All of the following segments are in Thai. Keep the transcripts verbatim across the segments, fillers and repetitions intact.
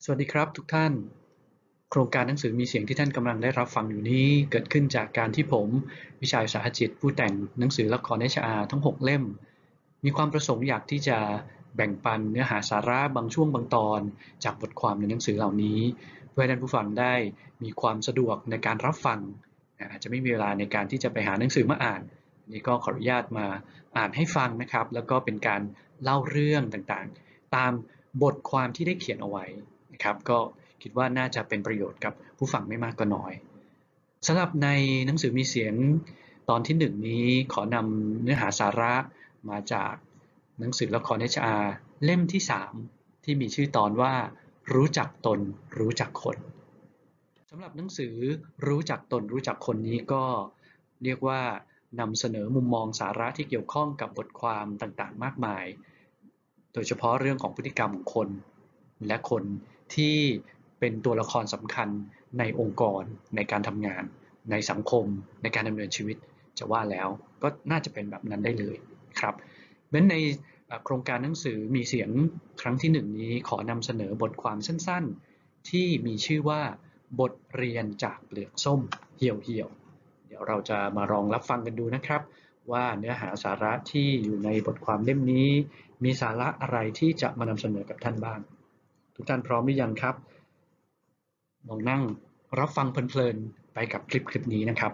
สวัสดีครับทุกท่านโครงการหนังสือมีเสียงที่ท่านกำลังได้รับฟังอยู่นี้เกิดขึ้นจากการที่ผมวิชัยสหจิตผู้แต่งหนังสือละคร เอช อาร์ ทั้งหกเล่มมีความประสงค์อยากที่จะแบ่งปันเนื้อหาสาระบางช่วงบางตอนจากบทความในหนังสือเหล่านี้เพื่อให้ท่านผู้ฟังได้มีความสะดวกในการรับฟังอาจจะไม่มีเวลาในการที่จะไปหาหนังสือมาอ่านนี่ก็ขออนุญาตมาอ่านให้ฟังนะครับแล้วก็เป็นการเล่าเรื่องต่างๆตามบทความที่ได้เขียนเอาไว้นะครับก็คิดว่าน่าจะเป็นประโยชน์กับผู้ฟังไม่มากก็น้อยสำหรับในหนังสือมีเสียงตอนที่หนึ่งนี้ขอนำเนื้อหาสาระมาจากหนังสือละคร เอช อาร์ เล่มที่สามที่มีชื่อตอนว่ารู้จักตนรู้จักคนสำหรับหนังสือรู้จักตนรู้จักคนนี้ก็เรียกว่านำเสนอมุมมองสาระที่เกี่ยวข้องกับบทความต่างๆมากมายโดยเฉพาะเรื่องของพฤติกรรมของคนและคนที่เป็นตัวละครสำคัญในองค์กรในการทำงานในสังคมในการดำเนินชีวิตจะว่าแล้วก็น่าจะเป็นแบบนั้นได้เลยครับเบ้นในโครงการหนังสือมีเสียงครั้งที่หนึ่งนี้ขอนำเสนอบทความสั้นๆที่มีชื่อว่าบทเรียนจากเปลือกส้มเหี่ยวเหี่ยวเดี๋ยวเราจะมาลองรับฟังกันดูนะครับว่าเนื้อหาสาระที่อยู่ในบทความเล่มนี้มีสาระอะไรที่จะมานำเสนอกับท่านบ้างทุกท่านพร้อมหรือยังครับลองนั่งรับฟังเพลินๆไปกับคลิปคลิปนี้นะครับ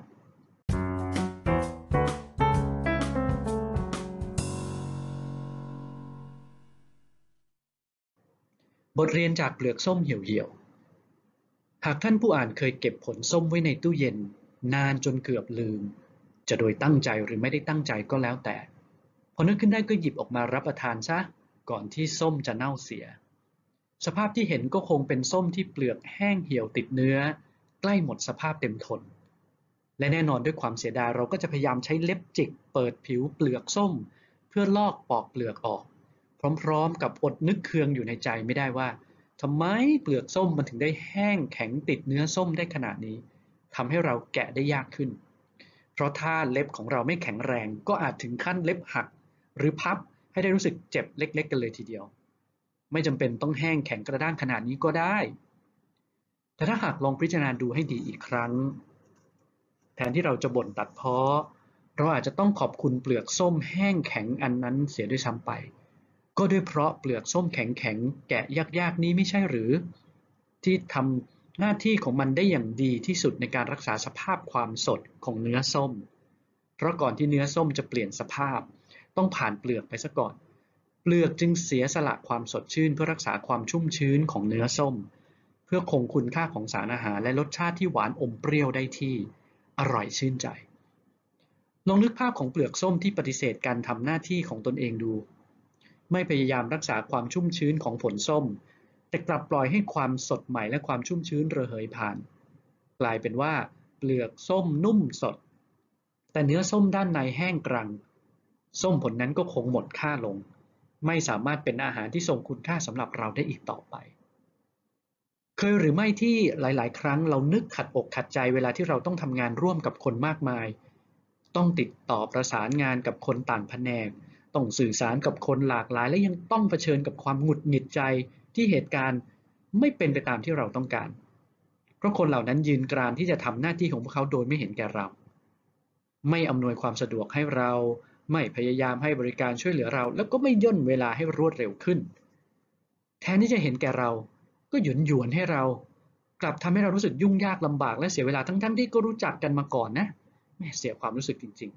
บทเรียนจากเปลือกส้มเหี่ยวๆหากท่านผู้อ่านเคยเก็บผลส้มไว้ในตู้เย็นนานจนเกือบลืมจะโดยตั้งใจหรือไม่ได้ตั้งใจก็แล้วแต่พอนึกขึ้นได้ก็หยิบออกมารับประทานซะก่อนที่ส้มจะเน่าเสียสภาพที่เห็นก็คงเป็นส้มที่เปลือกแห้งเหี่ยวติดเนื้อใกล้หมดสภาพเต็มทนและแน่นอนด้วยความเสียดายเราก็จะพยายามใช้เล็บจิกเปิดผิวเปลือกส้มเพื่อลอกปอกเปลือกออกพร้อมๆกับอดนึกเคืองอยู่ในใจไม่ได้ว่าทำไมเปลือกส้มมันถึงได้แห้งแข็งติดเนื้อส้มได้ขนาดนี้ทำให้เราแกะได้ยากขึ้นเพราะถ้าเล็บของเราไม่แข็งแรงก็อาจถึงขั้นเล็บหักหรือพับให้ได้รู้สึกเจ็บเล็กๆกันเลยทีเดียวไม่จำเป็นต้องแห้งแข็งกระด้างขนาดนี้ก็ได้แต่ถ้าหากลองพิจารณาดูให้ดีอีกครั้งแทนที่เราจะบ่นตัดพ้อเราอาจจะต้องขอบคุณเปลือกส้มแห้งแข็งอันนั้นเสียด้วยซ้ำไปก็ด้วยเพราะเปลือกส้มแข็งๆแกะยากๆนี้ไม่ใช่หรือที่ทำหน้าที่ของมันได้อย่างดีที่สุดในการรักษาสภาพความสดของเนื้อส้มเพราะก่อนที่เนื้อส้มจะเปลี่ยนสภาพต้องผ่านเปลือกไปซะก่อนเปลือกจึงเสียสละความสดชื่นเพื่อรักษาความชุ่มชื้นของเนื้อส้มเพื่อคงคุณค่าของสารอาหารและรสชาติที่หวานอมเปรี้ยวได้ที่อร่อยชื่นใจลองนึกภาพของเปลือกส้มที่ปฏิเสธการทำหน้าที่ของตนเองดูไม่พยายามรักษาความชุ่มชื้นของผลส้มแต่กลับปล่อยให้ความสดใหม่และความชุ่มชื้นระเหยผ่านกลายเป็นว่าเปลือกส้มนุ่มสดแต่เนื้อส้มด้านในแห้งกรังส้มผลนั้นก็คงหมดค่าลงไม่สามารถเป็นอาหารที่ทรงคุณค่าสำหรับเราได้อีกต่อไปเคยหรือไม่ที่หลายๆครั้งเรานึกขัดอกขัดใจเวลาที่เราต้องทำงานร่วมกับคนมากมายต้องติดต่อประสานงานกับคนต่างแผนกต้องสื่อสารกับคนหลากหลายและยังต้องเผชิญกับความหงุดหงิดใจที่เหตุการณ์ไม่เป็นไปตามที่เราต้องการเพราะคนเหล่านั้นยืนกรานที่จะทำหน้าที่ของพวกเขาโดยไม่เห็นแก่เราไม่อำนวยความสะดวกให้เราไม่พยายามให้บริการช่วยเหลือเราแล้วก็ไม่ย่นเวลาให้รวดเร็วขึ้นแทนที่จะเห็นแก่เราก็หยุนหยวนให้เรากลับทำให้เรารู้สึกยุ่งยากลำบากและเสียเวลาทั้งๆที่ก็รู้จักกันมาก่อนนะแม่เสียความรู้สึกจริง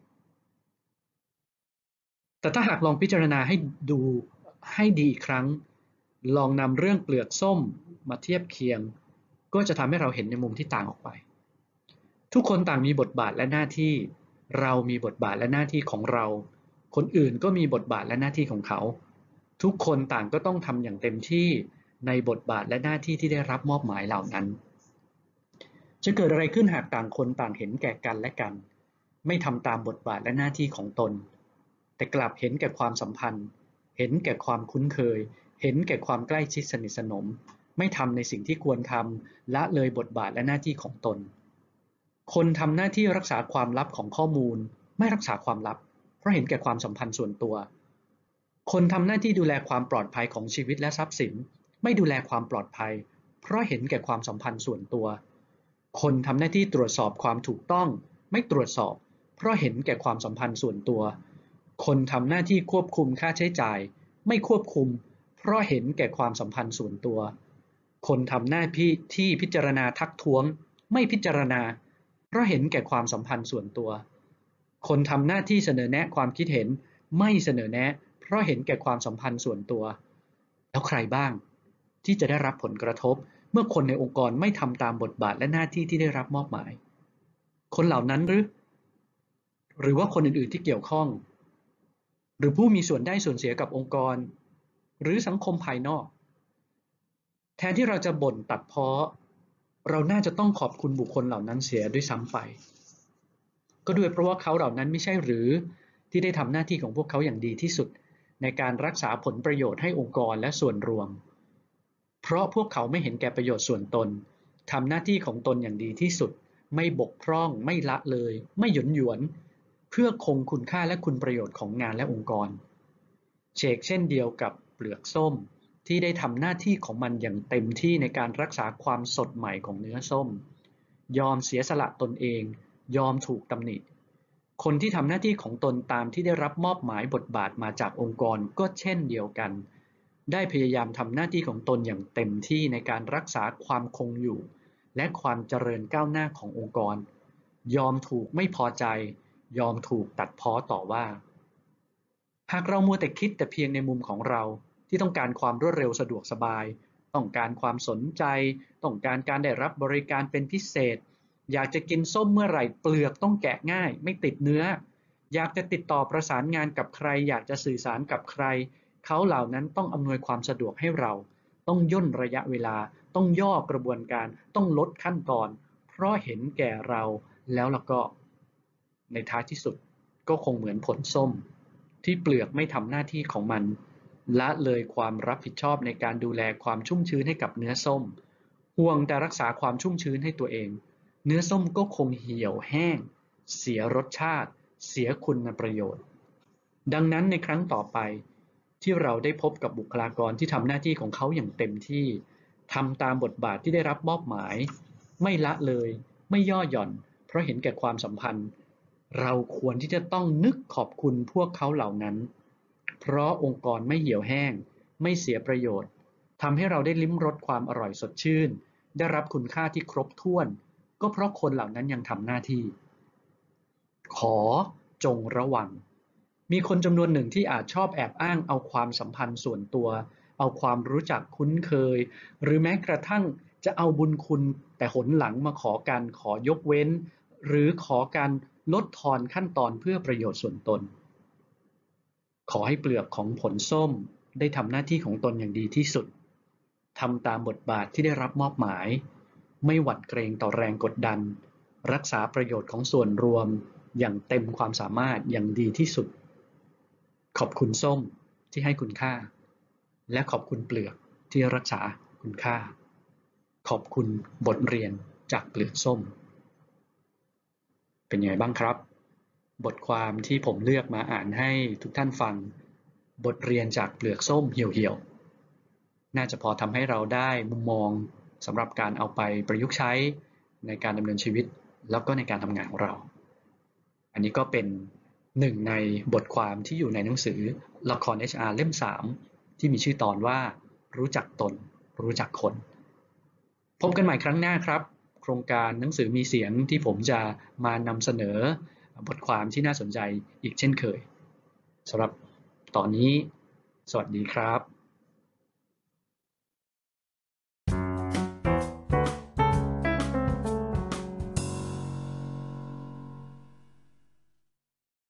ๆแต่ถ้าหากลองพิจารณาให้ดูให้ดีอีกครั้งลองนำเรื่องเปลือกส้มมาเทียบเคียงก็จะทำให้เราเห็นในมุมที่ต่างออกไปทุกคนต่างมีบทบาทและหน้าที่เรามีบทบาทและหน้าที่ของเราคนอื่นก็มีบทบาทและหน้าที่ของเขาทุกคนต่างก็ต้องทำอย่างเต็มที่ในบทบาทและหน้าที่ที่ได้รับมอบหมายเหล่านั้นจะเกิดอะไรขึ้นหากต่างคนต่างเห็นแก่กันและกันไม่ทำตามบทบาทและหน้าที่ของตนแต่กลับเห็นแก่ความสัมพันธ์เห็นแก่ความคุ้นเคยเห็นแก่ความใกล้ชิดสนิทสนมไม่ทำในสิ่งที่ควรทำละเลยบทบาทและหน้าที่ของตนคนทำหน้าที่รักษาความลับของข้อมูลไม่รักษาความลับเพราะเห็นแก่ความสัมพันธ์ส่วนตัวคนทำหน้าที่ดูแลความปลอดภัยของชีวิตและทรัพย์สินไม่ดูแลความปลอดภัยเพราะเห็นแก่ความสัมพันธ์ส่วนตัวคนทำหน้าที่ตรวจสอบความถูกต้องไม่ตรวจสอบเพราะเห็นแก่ความสัมพันธ์ส่วนตัวคนทำหน้าที่ควบคุมค่าใช้จ่ายไม่ควบคุมเพราะเห็นแก่ความสัมพันธ์ส่วนตัวคนทำหน้าที่ที่พิจารณาทักท้วงไม่พิจารณาเพราะเห็นแก่ความสัมพันธ์ส่วนตัวคนทำหน้าที่เสนอแนะความคิดเห็นไม่เสนอแนะเพราะเห็นแก่ความสัมพันธ์ส่วนตัวแล้วใครบ้างที่จะได้รับผลกระทบเมื่อคนในองค์กรไม่ทำตามบทบาทและหน้าที่ที่ได้รับมอบหมายคนเหล่านั้นหรือหรือว่าคนอื่นๆที่เกี่ยวข้องหรือผู้มีส่วนได้ส่วนเสียกับองค์กรหรือสังคมภายนอกแทนที่เราจะบ่นตัดพ้อเราน่าจะต้องขอบคุณบุคคลเหล่านั้นเสียด้วยซ้ำไปก็ด้วยเพราะว่าเขาเหล่านั้นไม่ใช่หรือที่ได้ทำหน้าที่ของพวกเขาอย่างดีที่สุดในการรักษาผลประโยชน์ให้องค์กรและส่วนรวมเพราะพวกเขาไม่เห็นแก่ประโยชน์ส่วนตนทำหน้าที่ของตนอย่างดีที่สุดไม่บกพร่องไม่ละเลยไม่หยุนหยวนเพื่อคงคุณค่าและคุณประโยชน์ของงานและองค์กรเชกเช่นเดียวกับเปลือกส้มที่ได้ทำหน้าที่ของมันอย่างเต็มที่ในการรักษาความสดใหม่ของเนื้อส้มยอมเสียสละตนเองยอมถูกตำหนิคนที่ทำหน้าที่ของตนตามที่ได้รับมอบหมายบทบาทมาจากองค์กรก็เช่นเดียวกันได้พยายามทำหน้าที่ของตนอย่างเต็มที่ในการรักษาความคงอยู่และความเจริญก้าวหน้าขององค์กรยอมถูกไม่พอใจยอมถูกตัดพ้อต่อว่าหากเรามัวแต่คิดแต่เพียงในมุมของเราที่ต้องการความรวดเร็วสะดวกสบายต้องการความสนใจต้องการการได้รับบริการเป็นพิเศษอยากจะกินส้มเมื่อไหร่เปลือกต้องแกะง่ายไม่ติดเนื้ออยากจะติดต่อประสานงานกับใครอยากจะสื่อสารกับใครเขาเหล่านั้นต้องอำนวยความสะดวกให้เราต้องย่นระยะเวลาต้องย่อกระบวนการต้องลดขั้นตอนเพราะเห็นแก่เราแล้วแล้วก็ในท้ายที่สุดก็คงเหมือนผลส้มที่เปลือกไม่ทำหน้าที่ของมันละเลยความรับผิดชอบในการดูแลความชุ่มชื้นให้กับเนื้อส้มห่วงแต่รักษาความชุ่มชื้นให้ตัวเองเนื้อส้มก็คงเหี่ยวแห้งเสียรสชาติเสียคุณประโยชน์ดังนั้นในครั้งต่อไปที่เราได้พบกับบุคลากรที่ทำหน้าที่ของเขาอย่างเต็มที่ทำตามบทบาทที่ได้รับมอบหมายไม่ละเลยไม่ย่อหย่อนเพราะเห็นแก่ความสัมพันธ์เราควรที่จะต้องนึกขอบคุณพวกเขาเหล่านั้นเพราะองค์กรไม่เหี่ยวแห้งไม่เสียประโยชน์ทำให้เราได้ลิ้มรสความอร่อยสดชื่นได้รับคุณค่าที่ครบถ้วนก็เพราะคนเหล่านั้นยังทำหน้าที่ขอจงระวังมีคนจำนวนหนึ่งที่อาจชอบแอบอ้างเอาความสัมพันธ์ส่วนตัวเอาความรู้จักคุ้นเคยหรือแม้กระทั่งจะเอาบุญคุณแต่หนหลังมาขอการขอยกเว้นหรือขอการลดทอนขั้นตอนเพื่อประโยชน์ส่วนตนขอให้เปลือกของผลส้มได้ทำหน้าที่ของตนอย่างดีที่สุดทำตามบทบาทที่ได้รับมอบหมายไม่หวั่นเกรงต่อแรงกดดันรักษาประโยชน์ของส่วนรวมอย่างเต็มความสามารถอย่างดีที่สุดขอบคุณส้มที่ให้คุณค่าและขอบคุณเปลือกที่รักษาคุณค่าขอบคุณบทเรียนจากเปลือกส้มเป็นยังไงบ้างครับบทความที่ผมเลือกมาอ่านให้ทุกท่านฟังบทเรียนจากเปลือกส้มเหี่ยวๆน่าจะพอทำให้เราได้มุมมองสำหรับการเอาไปประยุกต์ใช้ในการดำเนินชีวิตแล้วก็ในการทำงานของเราอันนี้ก็เป็นหนึ่งในบทความที่อยู่ในหนังสือละคร เอช อาร์ เล่มสามที่มีชื่อตอนว่ารู้จักตนรู้จักคนพบกันใหม่ครั้งหน้าครับโครงการหนังสือมีเสียงที่ผมจะมานำเสนอบทความที่น่าสนใจอีกเช่นเคยสำหรับตอนนี้สวัสดีครับ